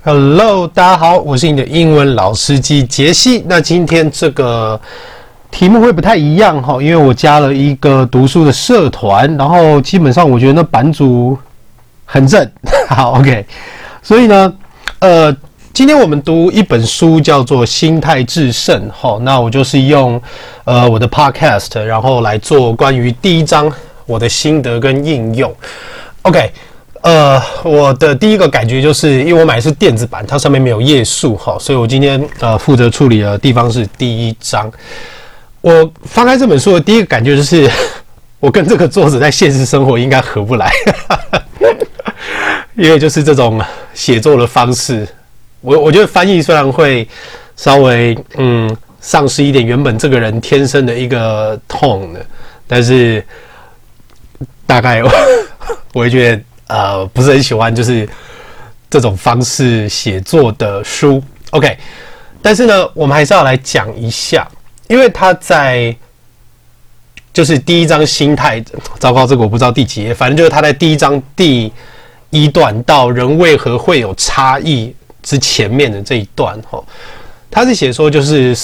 Hello， 大家好，我是你的英文老司机杰西。那今天这个题目会不太一样哈，因为我加了一个读书的社团，然后基本上我觉得那版主很正。好 ，OK。所以呢，今天我们读一本书叫做《心态致胜》哈。那我就是用我的 Podcast， 然后来做关于第一章我的心得跟应用。OK。我的第一个感觉就是，因为我买的是电子版，它上面没有页数哈，所以我今天负责处理的地方是第一章。我翻开这本书的第一个感觉就是，我跟这个作者在现实生活应该合不来，因为就是这种写作的方式，我觉得翻译虽然会稍微丧失一点原本这个人天生的一个 tone 的，但是大概我会觉得。不是很喜欢就是这种方式写作的书 ，OK。但是呢，我们还是要来讲一下，因为他在就是第一章心态，糟糕，这个我不知道第几页，反正就是他在第一章第一段到人为何会有差异之前面的这一段哈，他是写说就是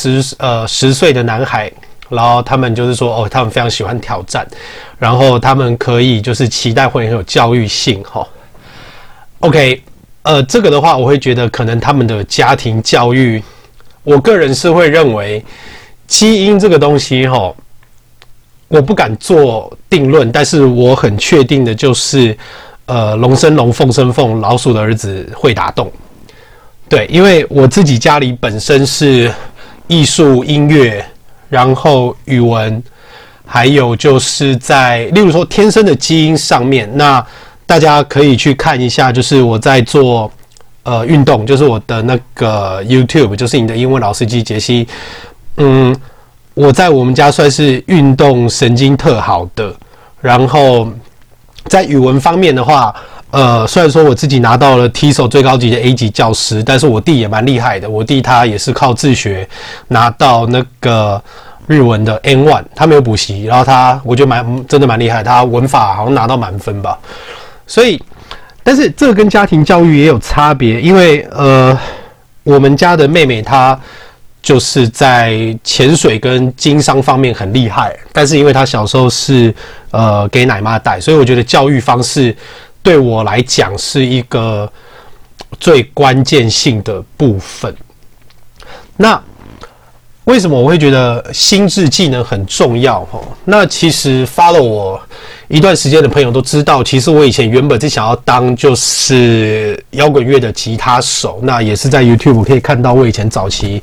10岁的男孩。然后他们就是说，他们非常喜欢挑战，然后他们可以就是期待会很有教育性哈。OK， 这个的话，我会觉得可能他们的家庭教育，我个人是会认为基因这个东西哈，我不敢做定论，但是我很确定的就是，龙生龙，凤生凤，老鼠的儿子会打洞。对，因为我自己家里本身是艺术音乐。然后语文，还有就是在，例如说天生的基因上面，那大家可以去看一下，就是我在做运动，就是我的那个 YouTube， 就是你的英文老司机杰西，我在我们家算是运动神经特好的，然后在语文方面的话。虽然说我自己拿到了 TESOL 最高级的 A 级教师，但是我弟也蛮厉害的。我弟他也是靠自学拿到那个日文的 N1， 他没有补习，然后我觉得真的蛮厉害，他文法好像拿到满分吧。所以，但是这个跟家庭教育也有差别，因为我们家的妹妹她就是在潜水跟经商方面很厉害，但是因为她小时候是给奶妈带，所以我觉得教育方式。对我来讲是一个最关键性的部分。那为什么我会觉得心智技能很重要？那其实 follow 我一段时间的朋友都知道，其实我以前原本是想要当就是摇滚乐的吉他手，那也是在 YouTube 可以看到我以前早期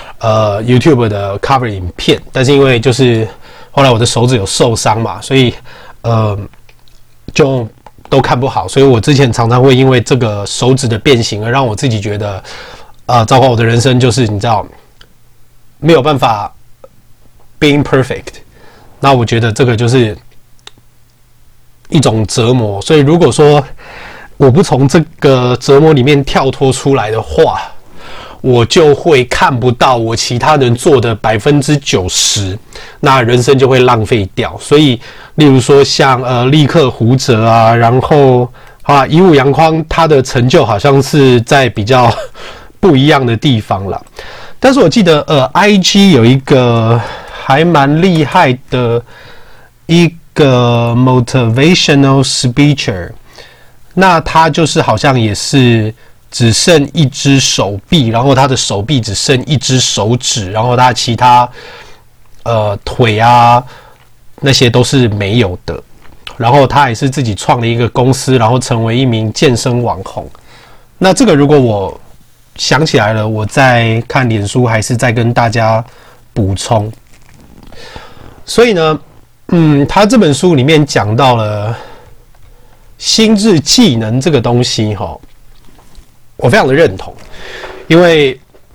YouTube 的 cover 影片，但是因为就是后来我的手指有受伤嘛，所以就都看不好，所以我之前常常会因为这个手指的变形而让我自己觉得，糟糕，我的人生就是你知道没有办法 being perfect。那我觉得这个就是一种折磨，所以如果说我不从这个折磨里面跳脱出来的话，我就会看不到我其他人做的90%，那人生就会浪费掉。所以，例如说像立刻胡哲啊，然后一物阳光，他的成就好像是在比较不一样的地方啦。但是我记得IG 有一个还蛮厉害的一个 motivational speaker， 那他就是好像也是。只剩一只手臂，然后他的手臂只剩一只手指，然后他其他腿啊那些都是没有的。然后他也是自己创了一个公司，然后成为一名健身网红。那这个如果我想起来了，我在看脸书还是在跟大家补充。所以呢，他这本书里面讲到了心智技能这个东西齁。我非常的认同，因为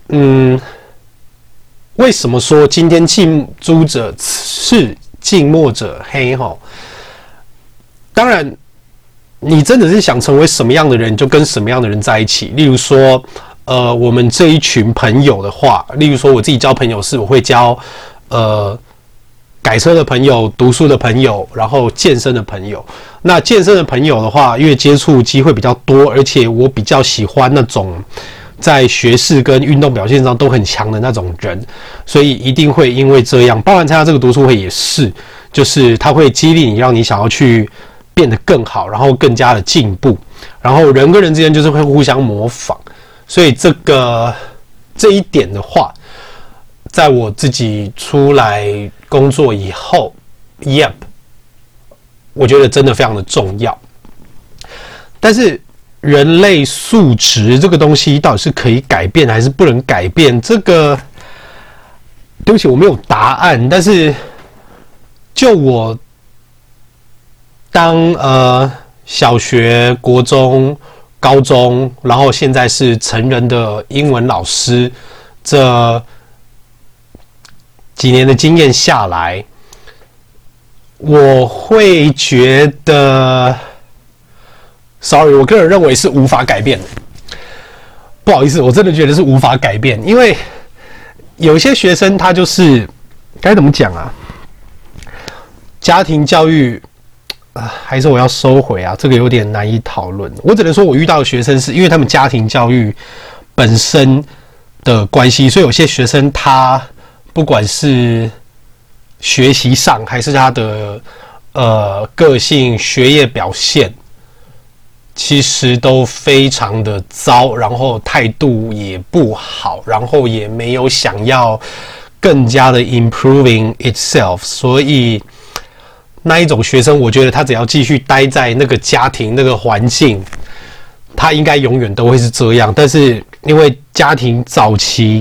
为什么说今天近朱者赤，近墨者黑齁？当然，你真的是想成为什么样的人，就跟什么样的人在一起。例如说，我们这一群朋友的话，例如说我自己交朋友是我会交改车的朋友、读书的朋友，然后健身的朋友。那健身的朋友的话，因为接触机会比较多，而且我比较喜欢那种在学识跟运动表现上都很强的那种人，所以一定会因为这样，包含参加这个读书会也是，就是它会激励你，让你想要去变得更好，然后更加的进步，然后人跟人之间就是会互相模仿，所以这一点的话，在我自己出来工作以后 ，Yep， 我觉得真的非常的重要。但是人类素质这个东西到底是可以改变还是不能改变？这个，对不起，我没有答案。但是就我当小学、国中、高中，然后现在是成人的英文老师，这几年的经验下来，我会觉得 ，sorry， 我个人认为是无法改变的。不好意思，我真的觉得是无法改变，因为有些学生他就是该怎么讲啊？家庭教育还是我要收回啊，这个有点难以讨论。我只能说我遇到的学生是因为他们家庭教育本身的关系，所以有些学生他不管是学习上还是他的个性、学业表现，其实都非常的糟，然后态度也不好，然后也没有想要更加的 improving itself， 所以那一种学生，我觉得他只要继续待在那个家庭、那个环境，他应该永远都会是这样。但是因为家庭早期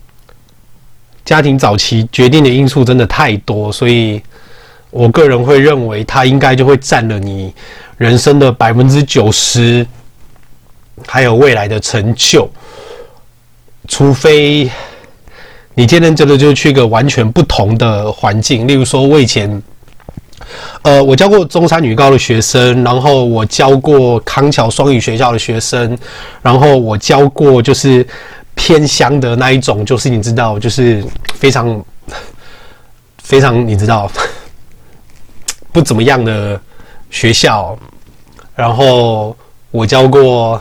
决定的因素真的太多，所以我个人会认为他应该就会占了你人生的90%，还有未来的成就。除非你今天真的就去一个完全不同的环境，例如说我以前我教过中山女高的学生，然后我教过康桥双语学校的学生，然后我教过就是偏乡的那一种，就是你知道，就是非常非常你知道不怎么样的学校，然后我教过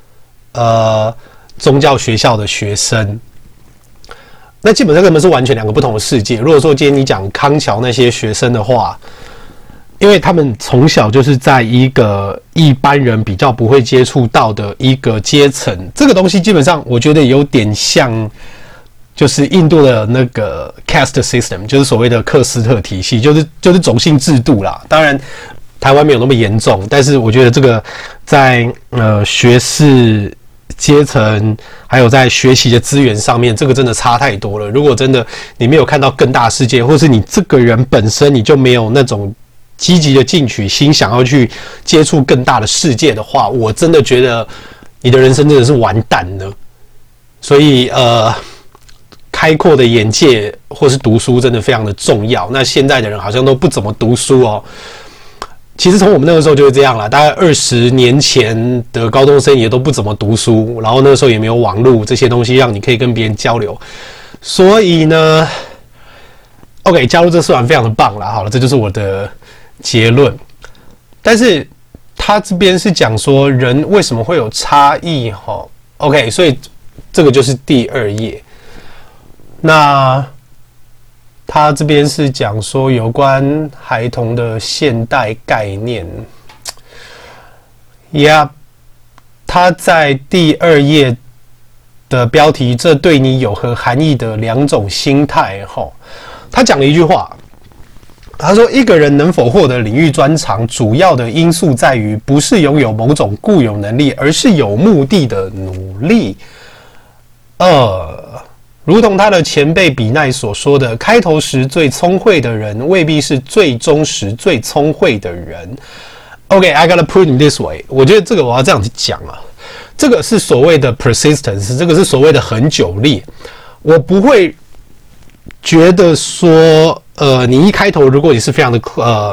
宗教学校的学生，那基本上根本是完全两个不同的世界。如果说今天你讲康桥那些学生的话，因为他们从小就是在一个一般人比较不会接触到的一个阶层，这个东西基本上我觉得有点像，就是印度的那个 caste system， 就是所谓的克斯特体系，就是种姓制度啦。当然，台湾没有那么严重，但是我觉得这个在学识阶层还有在学习的资源上面，这个真的差太多了。如果真的你没有看到更大的世界，或是你这个人本身你就没有那种积极的进取心，想要去接触更大的世界的话，我真的觉得你的人生真的是完蛋了。所以开阔的眼界或是读书真的非常的重要。那现在的人好像都不怎么读书哦。其实从我们那个时候就是这样啦，大概20年前的高中生也都不怎么读书，然后那个时候也没有网络这些东西让你可以跟别人交流。所以呢 ，OK， 加入这社团非常的棒啦。好了，这就是我的结论。但是他这边是讲说人为什么会有差异齁 ？OK， 所以这个就是第2页。那他这边是讲说有关孩童的现代概念。他在第2页的标题“这对你有何含义”的2种心态齁。他讲了一句话，他说：“一个人能否获得领域专长，主要的因素在于不是拥有某种固有能力，而是有目的的努力。”如同他的前辈比奈所说的，开头时最聪慧的人，未必是最终时最聪慧的人。OK，I gotta put it this way。我觉得这个我要这样子讲啊，这个是所谓的 persistence， 这个是所谓的恒久力。我不会觉得说，你一开头如果你是非常的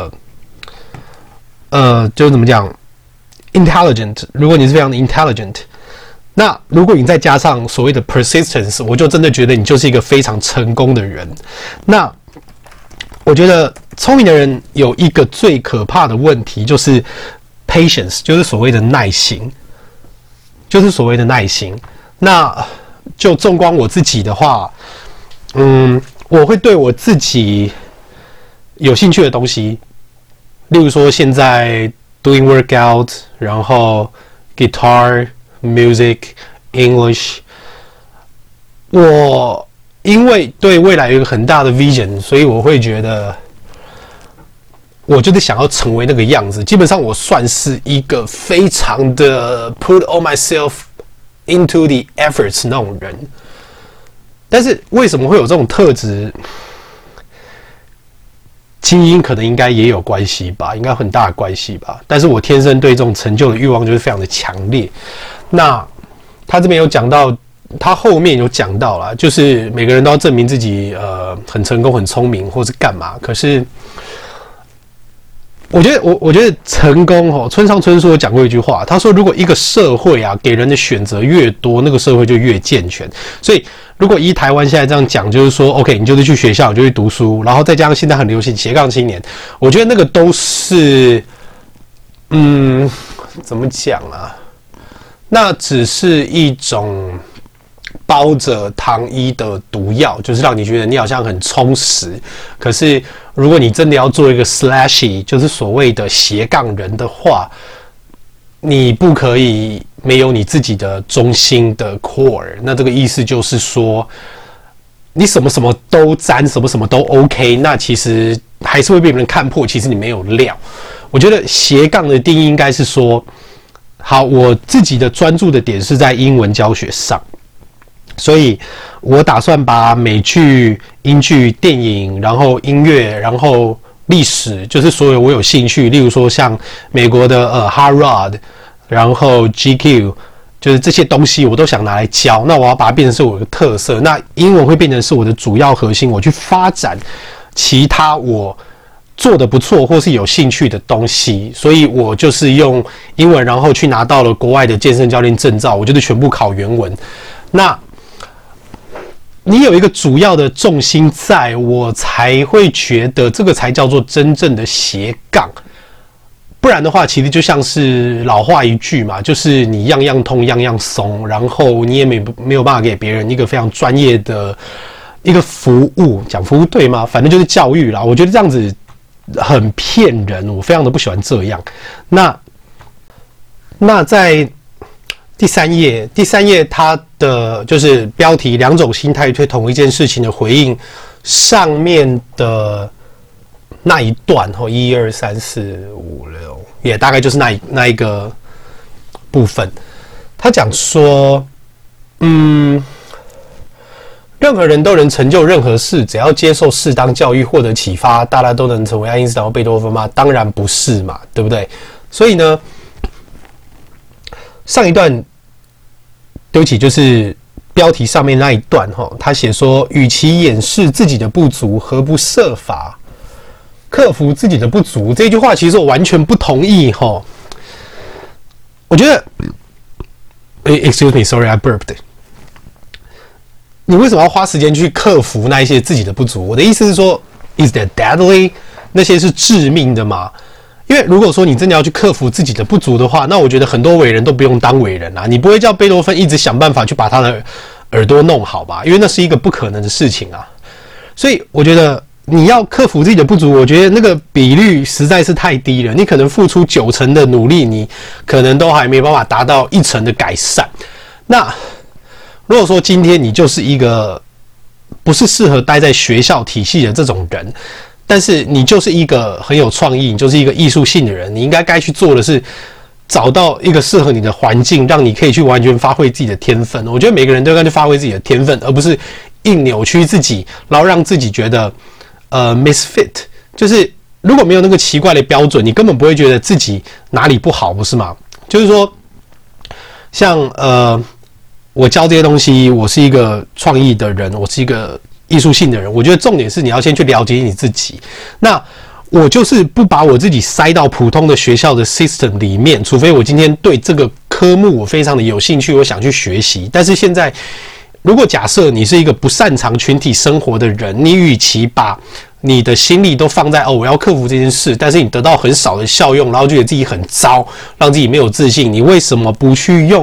就是怎么讲 intelligent， 如果你是非常的 intelligent。那如果你再加上所谓的 persistence， 我就真的觉得你就是一个非常成功的人。那我觉得聪明的人有一个最可怕的问题，就是 patience， 就是所谓的耐心， 那就纵观我自己的话，我会对我自己有兴趣的东西，例如说现在 doing workout， 然后 guitar music English， 我因为对未来有一个很大的 vision， 所以我会觉得我就是想要成为那个样子。基本上我算是一个非常的 put all myself into the efforts 那种人。但是为什么会有这种特质？基因可能应该也有关系吧，应该有很大的关系吧。但是我天生对这种成就的欲望就是非常的强烈。那他这边有讲到，他后面有讲到啦，就是每个人都要证明自己很成功、很聪明，或是干嘛。可是我觉得成功村上春树有讲过一句话，他说如果一个社会啊给人的选择越多，那个社会就越健全。所以如果依台湾现在这样讲，就是说 OK， 你就是去学校，你就去读书，然后再加上现在很流行斜杠青年，我觉得那个都是怎么讲啊？那只是一种包着糖衣的毒药，就是让你觉得你好像很充实。可是如果你真的要做一个 slashy， 就是所谓的斜杠人的话，你不可以没有你自己的中心的 core。那这个意思就是说，你什么什么都沾，什么什么都 OK， 那其实还是会被别人看破，其实你没有料。我觉得斜杠的定义应该是说，好，我自己的专注的点是在英文教学上。所以我打算把美剧、英剧、电影，然后音乐，然后历史，就是所有我有兴趣，例如说像美国的Harvard， 然后 GQ， 就是这些东西我都想拿来教。那我要把它变成是我的特色，那英文会变成是我的主要核心，我去发展其他我做得不错或是有兴趣的东西。所以我就是用英文，然后去拿到了国外的健身教练证照，我就是全部考原文。那你有一个主要的重心在，我才会觉得这个才叫做真正的斜杠。不然的话，其实就像是老话一句嘛，就是你样样通，样样松，然后你也没有办法给别人一个非常专业的一个服务。讲服务对吗？反正就是教育啦。我觉得这样子很骗人，我非常的不喜欢这样。那在第三页它的就是标题两种心态对同一件事情的回应上面的那一段1、2、3、4、5、6，也大概就是那一个部分。他讲说，任何人都能成就任何事，只要接受适当教育，获得启发，大家都能成为爱因斯坦或贝多芬吗？当然不是嘛，对不对？所以呢，上一段对不起，就是标题上面那一段他写说，与其掩饰自己的不足，何不设法克服自己的不足？这句话其实我完全不同意我觉得，excuse me, sorry, I burped。你为什么要花时间去克服那一些自己的不足？我的意思是说 ，is that deadly？ 那些是致命的吗？因为如果说你真的要去克服自己的不足的话，那我觉得很多伟人都不用当伟人啊。你不会叫贝多芬一直想办法去把他的耳朵弄好吧？因为那是一个不可能的事情啊。所以我觉得你要克服自己的不足，我觉得那个比率实在是太低了。你可能付出90%的努力，你可能都还没办法达到1%的改善。那如果说今天你就是一个不是适合待在学校体系的这种人，但是你就是一个很有创意，你就是一个艺术性的人，你应该去做的是找到一个适合你的环境，让你可以去完全发挥自己的天分。我觉得每个人都应该去发挥自己的天分，而不是硬扭曲自己，然后让自己觉得misfit。就是如果没有那个奇怪的标准，你根本不会觉得自己哪里不好，不是吗？就是说，像我教这些东西，我是一个创意的人，我是一个艺术性的人，我觉得重点是你要先去了解你自己。那我就是不把我自己塞到普通的学校的 system 里面，除非我今天对这个科目我非常的有兴趣，我想去学习。但是现在，如果假设你是一个不擅长群体生活的人，你与其把你的心力都放在我要克服这件事，但是你得到很少的效用，然后觉得自己很糟，让自己没有自信，你为什么不去用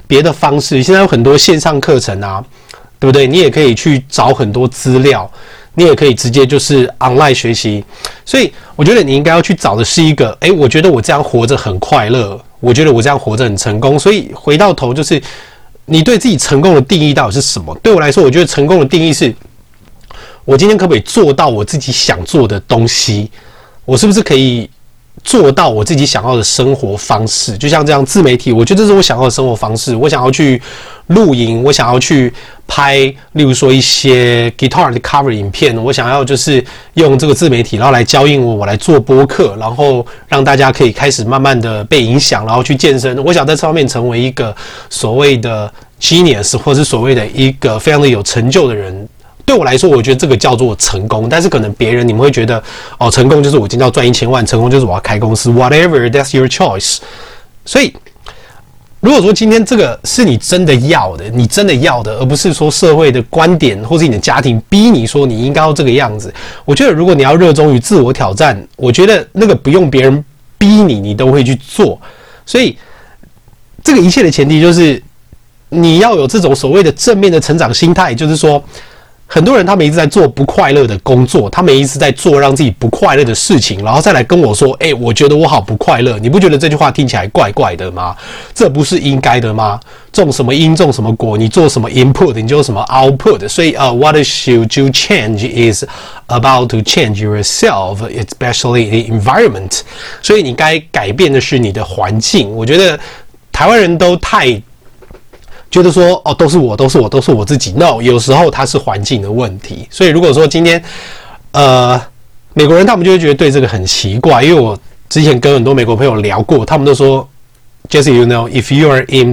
别的方式，现在有很多线上课程啊，对不对？你也可以去找很多资料，你也可以直接就是 online 学习。所以我觉得你应该要去找的是一个，我觉得我这样活着很快乐，我觉得我这样活着很成功。所以回到头就是你对自己成功的定义到底是什么？对我来说，我觉得成功的定义是，我今天可不可以做到我自己想做的东西？我是不是可以做到我自己想要的生活方式？就像这样自媒体，我觉得这是我想要的生活方式。我想要去露营，我想要去拍，例如说一些 guitar 的 cover 影片，我想要就是用这个自媒体，然后来教引我来做播客，然后让大家可以开始慢慢的被影响，然后去健身。我想在这方面成为一个所谓的 genius， 或是所谓的一个非常的有成就的人。对我来说，我觉得这个叫做成功，但是可能别人你们会觉得，成功就是我今天要赚1000万，成功就是我要开公司 ，whatever that's your choice。所以，如果说今天这个是你真的要的，你真的要的，而不是说社会的观点或是你的家庭逼你说你应该要这个样子，我觉得如果你要热衷于自我挑战，我觉得那个不用别人逼你，你都会去做。所以，这个一切的前提就是你要有这种所谓的正面的成长心态，就是说。很多人他们一直在做不快乐的工作，他们一直在做让自己不快乐的事情，然后再来跟我说，我觉得我好不快乐。你不觉得这句话听起来怪怪的吗？这不是应该的吗？种什么因种什么果，你做什么 input 你就什么 output。所以what should you change is about to change yourself, especially the environment。所以你该改变的是你的环境。我觉得台湾人都太。觉得说都是我自己 ，no， 有时候它是环境的问题。所以如果说今天美国人他们就会觉得对这个很奇怪，因为我之前跟很多美国朋友聊过，他们都说 ，Jesse, you know, if you are in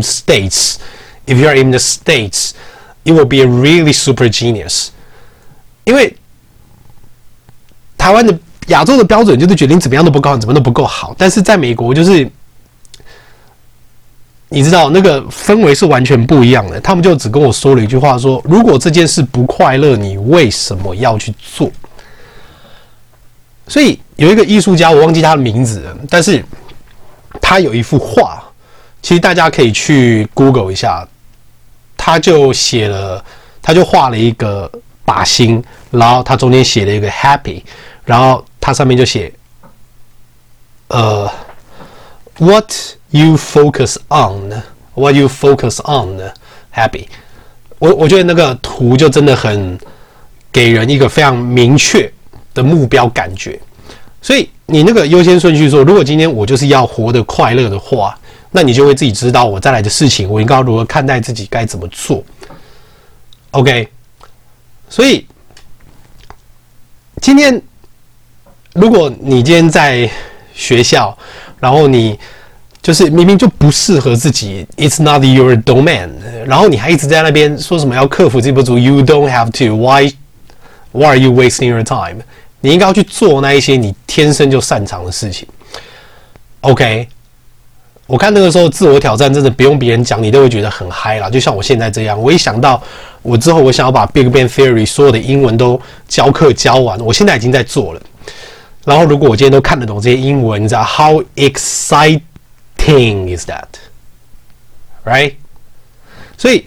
the states, it will be a really super genius。因为台湾的亚洲的标准就是觉得你怎么样都不高，你怎么都不够好，但是在美国就是。你知道那个氛围是完全不一样的，他们就只跟我说了一句话说：如果这件事不快乐，你为什么要去做？所以有一个艺术家，我忘记他的名字了，但是他有一幅画，其实大家可以去 Google 一下，他就画了一个靶心，然后他中间写了一个 happy， 然后他上面就写what you focus on, happy。我觉得那个图就真的很给人一个非常明确的目标感觉。所以你那个优先顺序说，如果今天我就是要活得快乐的话，那你就会自己知道我再来的事情，我应该如何看待自己，该怎么做。OK， 所以今天如果你今天在学校，然后你就是明明就不适合自己 ，It's not your domain， 然后你还一直在那边说什么要克服这不足 ，You don't have to. Why are you wasting your time？ 你应该要去做那一些你天生就擅长的事情。OK， 我看那个时候自我挑战真的不用别人讲，你都会觉得很嗨啦。就像我现在这样，我一想到我之后我想要把 Big Bang Theory 所有的英文都教课教完，我现在已经在做了。然后如果我今天都看得懂这些英文，你知道 How exciting is that, right? 所以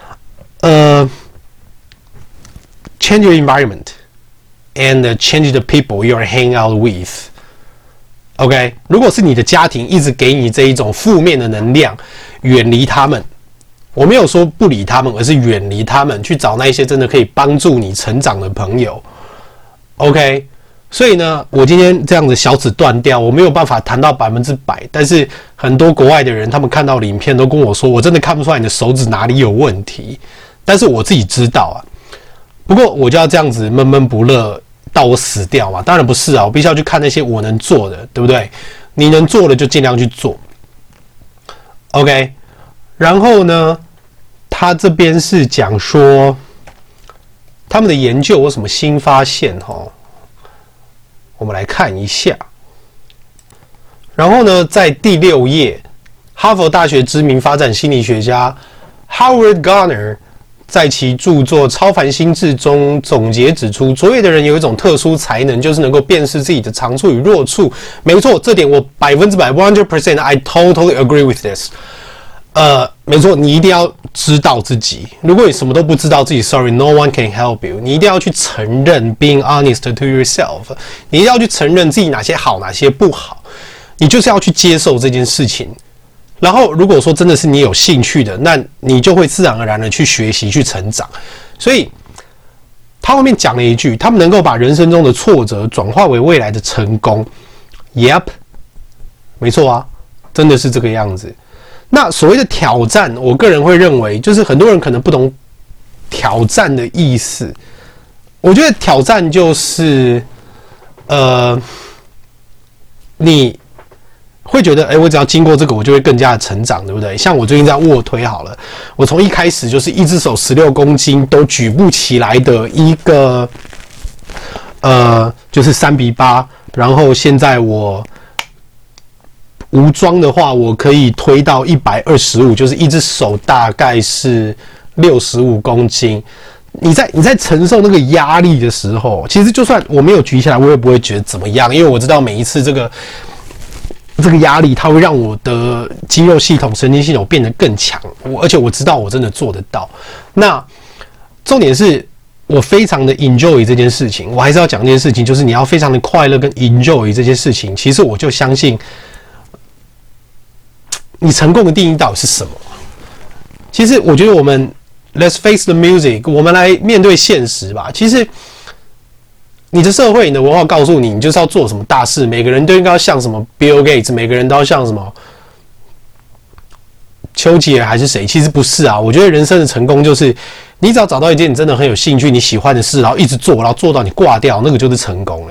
change your environment and change the people you are hanging out with. OK， 如果是你的家庭一直给你这一种负面的能量，远离他们。我没有说不理他们，而是远离他们，去找那一些真的可以帮助你成长的朋友。OK。所以呢，我今天这样子小指断掉，我没有办法谈到100%，但是很多国外的人，他们看到的影片都跟我说，我真的看不出来你的手指哪里有问题，但是我自己知道啊。不过我就要这样子闷闷不乐到我死掉嘛？当然不是啊，我必须要去看那些我能做的，对不对？你能做的就尽量去做。OK， 然后呢，他这边是讲说他们的研究有什么新发现哈？我们来看一下，然后呢，在第6页，哈佛大学知名发展心理学家 Howard Gardner 在其著作《超凡心智》中总结指出，卓越的人有一种特殊才能，就是能够辨识自己的长处与弱处。没错，这点我100%，I totally agree with this。 没错，你一定要知道自己。如果你什么都不知道自己 ，sorry，no one can help you。你一定要去承认 ，being honest to yourself。你一定要去承认自己哪些好，哪些不好。你就是要去接受这件事情。然后，如果说真的是你有兴趣的，那你就会自然而然的去学习、去成长。所以，他后面讲了一句：他们能够把人生中的挫折转化为未来的成功。Yep， 没错啊，真的是这个样子。那所谓的挑战，我个人会认为，就是很多人可能不懂挑战的意思。我觉得挑战就是，你会觉得，我只要经过这个，我就会更加的成长，对不对？像我最近在卧推好了，我从一开始就是一只手16公斤都举不起来的一个，就是3:8，然后现在我无装的话，我可以推到125，就是一只手大概是65公斤。你在承受那个压力的时候，其实就算我没有举起来，我也不会觉得怎么样，因为我知道每一次这个压力，它会让我的肌肉系统、神经系统变得更强。而且我知道我真的做得到。那重点是我非常的 enjoy 这件事情。我还是要讲这件事情，就是你要非常的快乐跟 enjoy 这件事情。其实我就相信。你成功的定义到底是什么？其实我觉得我们 Let's face the music， 我们来面对现实吧。其实你的社会、你的文化告诉你，你就是要做什么大事，每个人都应该要像什么 Bill Gates， 每个人都要像什么丘吉尔还是谁？其实不是啊。我觉得人生的成功就是你只要找到一件你真的很有兴趣、你喜欢的事，然后一直做，然后做到你挂掉，那个就是成功了。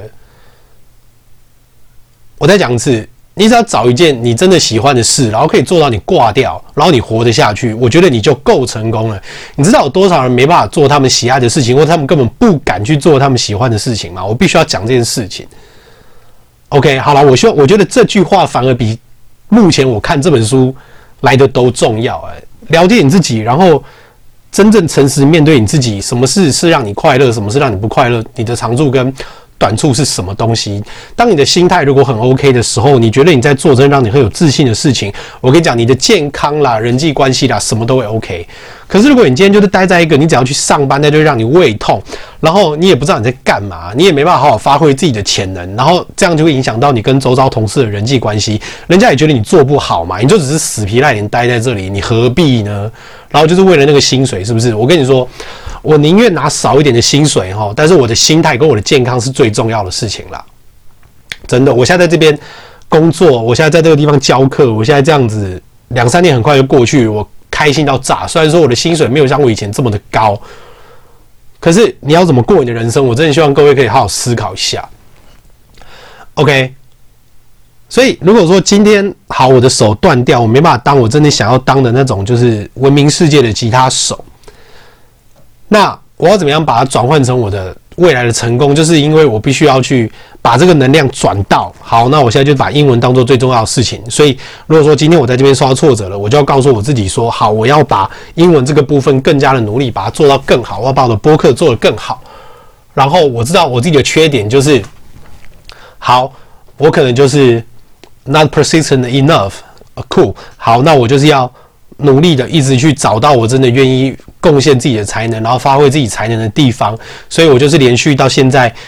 我再讲一次。你只要找一件你真的喜欢的事，然后可以做到你挂掉，然后你活得下去，我觉得你就够成功了。你知道有多少人没办法做他们喜爱的事情，或者他们根本不敢去做他们喜欢的事情吗？我必须要讲这件事情。OK， 好了，我觉得这句话反而比目前我看这本书来的都重要。了解你自己，然后真正诚实面对你自己，什么事是让你快乐，什么是让你不快乐，你的长处跟短处是什么东西？当你的心态如果很 OK 的时候，你觉得你在做真让你很有自信的事情，我跟你讲，你的健康啦、人际关系啦，什么都会 OK。可是如果你今天就是待在一个你只要去上班，那就会让你胃痛，然后你也不知道你在干嘛，你也没办法好好发挥自己的潜能，然后这样就会影响到你跟周遭同事的人际关系，人家也觉得你做不好嘛，你就只是死皮赖脸待在这里，你何必呢？然后就是为了那个薪水，是不是？我跟你说。我宁愿拿少一点的薪水哈，但是我的心态跟我的健康是最重要的事情啦。真的，我现在在这边工作，我现在在这个地方教课，我现在这样子2-3年很快就过去，我开心到炸。虽然说我的薪水没有像我以前这么的高，可是你要怎么过你的人生，我真的希望各位可以好好思考一下。OK， 所以如果说今天好，我的手断掉，我没办法当我真的想要当的那种就是闻名世界的吉他手。那我要怎么样把它转换成我的未来的成功？就是因为我必须要去把这个能量转到好，那我现在就把英文当做最重要的事情。所以如果说今天我在这边受到挫折了，我就要告诉我自己说，好，我要把英文这个部分更加的努力，把它做到更好，我要把我的播客做得更好。然后我知道我自己的缺点就是，好，我可能就是 not persistent enough，cool， 好，那我就是要努力的一直去找到我真的愿意贡献自己的才能，然后发挥自己才能的地方。所以我就是连续到现在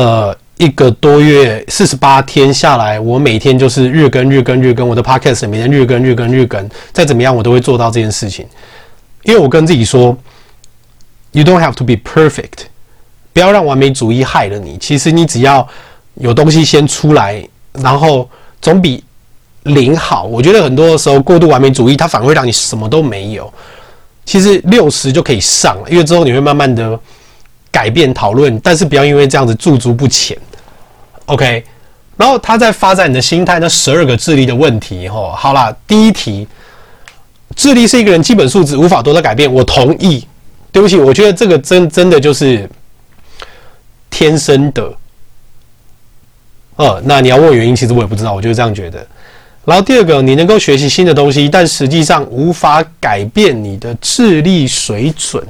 1个多月48天下来，我每天就是日更，我的 podcast 每天日更，再怎么样我都会做到这件事情。因为我跟自己说 You don't have to be perfect， 不要让完美主义害了你。其实你只要有东西先出来，然后总比0好。我觉得很多的时候过度完美主义它反而会让你什么都没有。其实60就可以上了，因为之后你会慢慢的改变讨论，但是不要因为这样子驻足不前。OK， 然后他在发展你的心态，那12个智力的问题齁。好啦，第一题，智力是一个人基本素质，无法多大改变。我同意，对不起，我觉得这个真的就是天生的。那你要问我原因，其实我也不知道，我就是这样觉得。然后第二个，你能够学习新的东西，但实际上无法改变你的智力水准。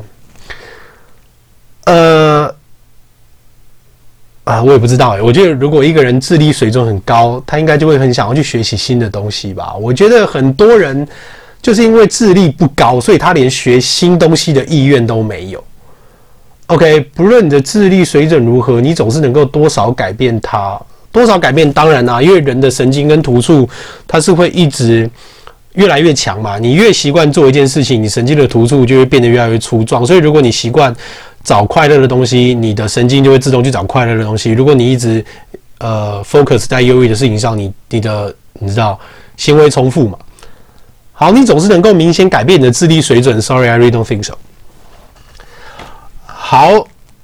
我也不知道我觉得如果一个人智力水准很高，他应该就会很想要去学习新的东西吧。我觉得很多人就是因为智力不高，所以他连学新东西的意愿都没有。OK， 不论你的智力水准如何，你总是能够多少改变它。多少改变？当然啦，因为人的神经跟突触，它是会一直越来越强嘛。你越习惯做一件事情，你神经的突触就会变得越来越粗壮。所以，如果你习惯找快乐的东西，你的神经就会自动去找快乐的东西。如果你一直focus 在忧郁的事情上，你知道行为重复嘛。好，你总是能够明显改变你的智力水准。Sorry, I really don't think so。好，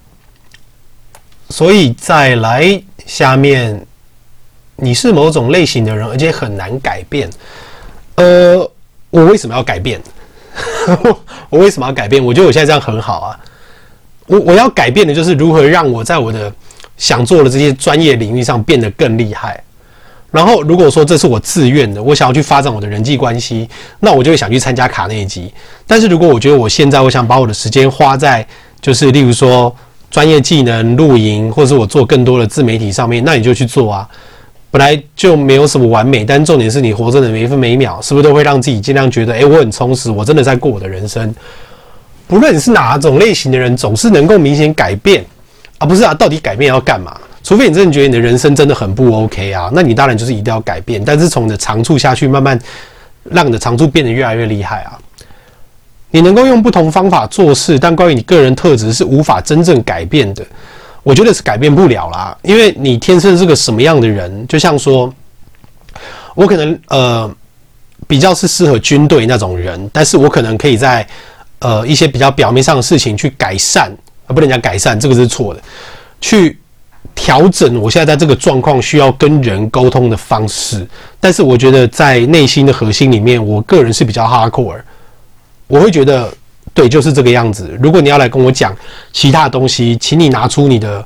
所以再来。下面，你是某种类型的人，而且很难改变。我为什么要改变？我为什么要改变？我觉得我现在这样很好啊。我要改变的就是如何让我在我的想做的这些专业领域上变得更厉害。然后，如果说这是我自愿的，我想要去发展我的人际关系，那我就会想去参加卡内基。但是如果我觉得我现在我想把我的时间花在，就是例如说。专业技能、露营，或者是我做更多的自媒体上面，那你就去做啊。本来就没有什么完美，但重点是你活着的每一分每一秒，是不是都会让自己尽量觉得，我很充实，我真的在过我的人生。不论你是哪种类型的人，总是能够明显改变啊，不是啊？到底改变要干嘛？除非你真的觉得你的人生真的很不 OK 啊，那你当然就是一定要改变。但是从你的长处下去，慢慢让你的长处变得越来越厉害啊。你能够用不同方法做事，但关于你个人特质是无法真正改变的。我觉得是改变不了啦，因为你天生是个什么样的人，就像说，我可能比较是适合军队那种人，但是我可能可以在一些比较表面上的事情去改善，不能讲改善，这个是错的，去调整我现在在这个状况需要跟人沟通的方式。但是我觉得在内心的核心里面，我个人是比较 hardcore。我会觉得，对，就是这个样子。如果你要来跟我讲其他的东西，请你拿出你的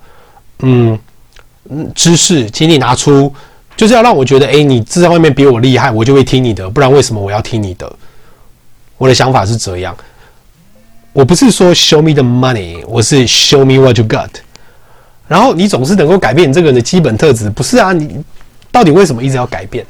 知识，请你拿出，就是要让我觉得，你在外面比我厉害，我就会听你的，不然为什么我要听你的？我的想法是这样。我不是说 show me the money， 我是 show me what you got。然后你总是能够改变你这个人的基本特质，不是啊？你到底为什么一直要改变？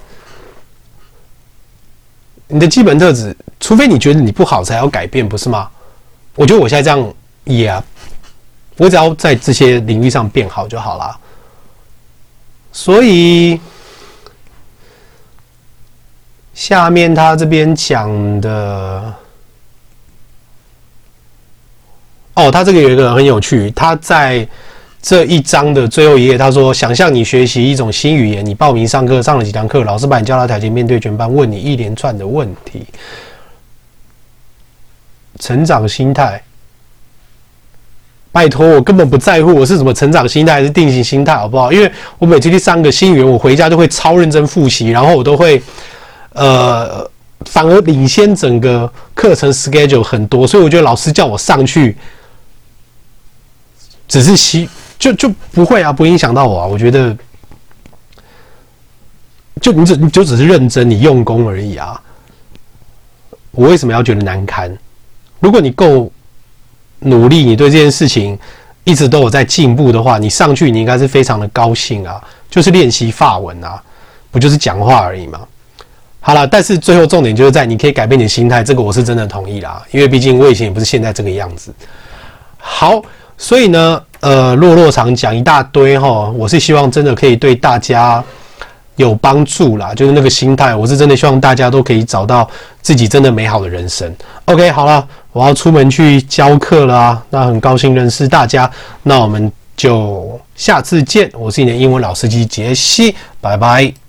你的基本特质，除非你觉得你不好才要改变，不是吗？我觉得我现在这样也，我只要在这些领域上变好就好啦。所以下面他这边讲的，他这个有一个很有趣，他在这一章的最后一页，他说：“想象你学习一种新语言，你报名上课，上了几堂课，老师把你叫到台前，面对全班，问你一连串的问题。成长心态，拜托，我根本不在乎我是什么成长心态还是定型心态，好不好？因为我每次去上个新语言，我回家就会超认真复习，然后我都会反而领先整个课程 schedule 很多，所以我觉得老师叫我上去，只是就不会啊，不影响到我啊。我觉得，你就只是认真，你用功而已啊。我为什么要觉得难堪？如果你够努力，你对这件事情一直都有在进步的话，你上去你应该是非常的高兴啊，就是练习法文啊，不就是讲话而已嘛。好啦，但是最后重点就是在你可以改变你的心态，这个我是真的同意啦，因为毕竟我以前也不是现在这个样子。好，所以呢，落长讲一大堆齁，我是希望真的可以对大家有帮助啦，就是那个心态，我是真的希望大家都可以找到自己真的美好的人生。OK， 好了，我要出门去教课了啊，那很高兴认识大家，那我们就下次见，我是你的英文老司机杰西，拜拜。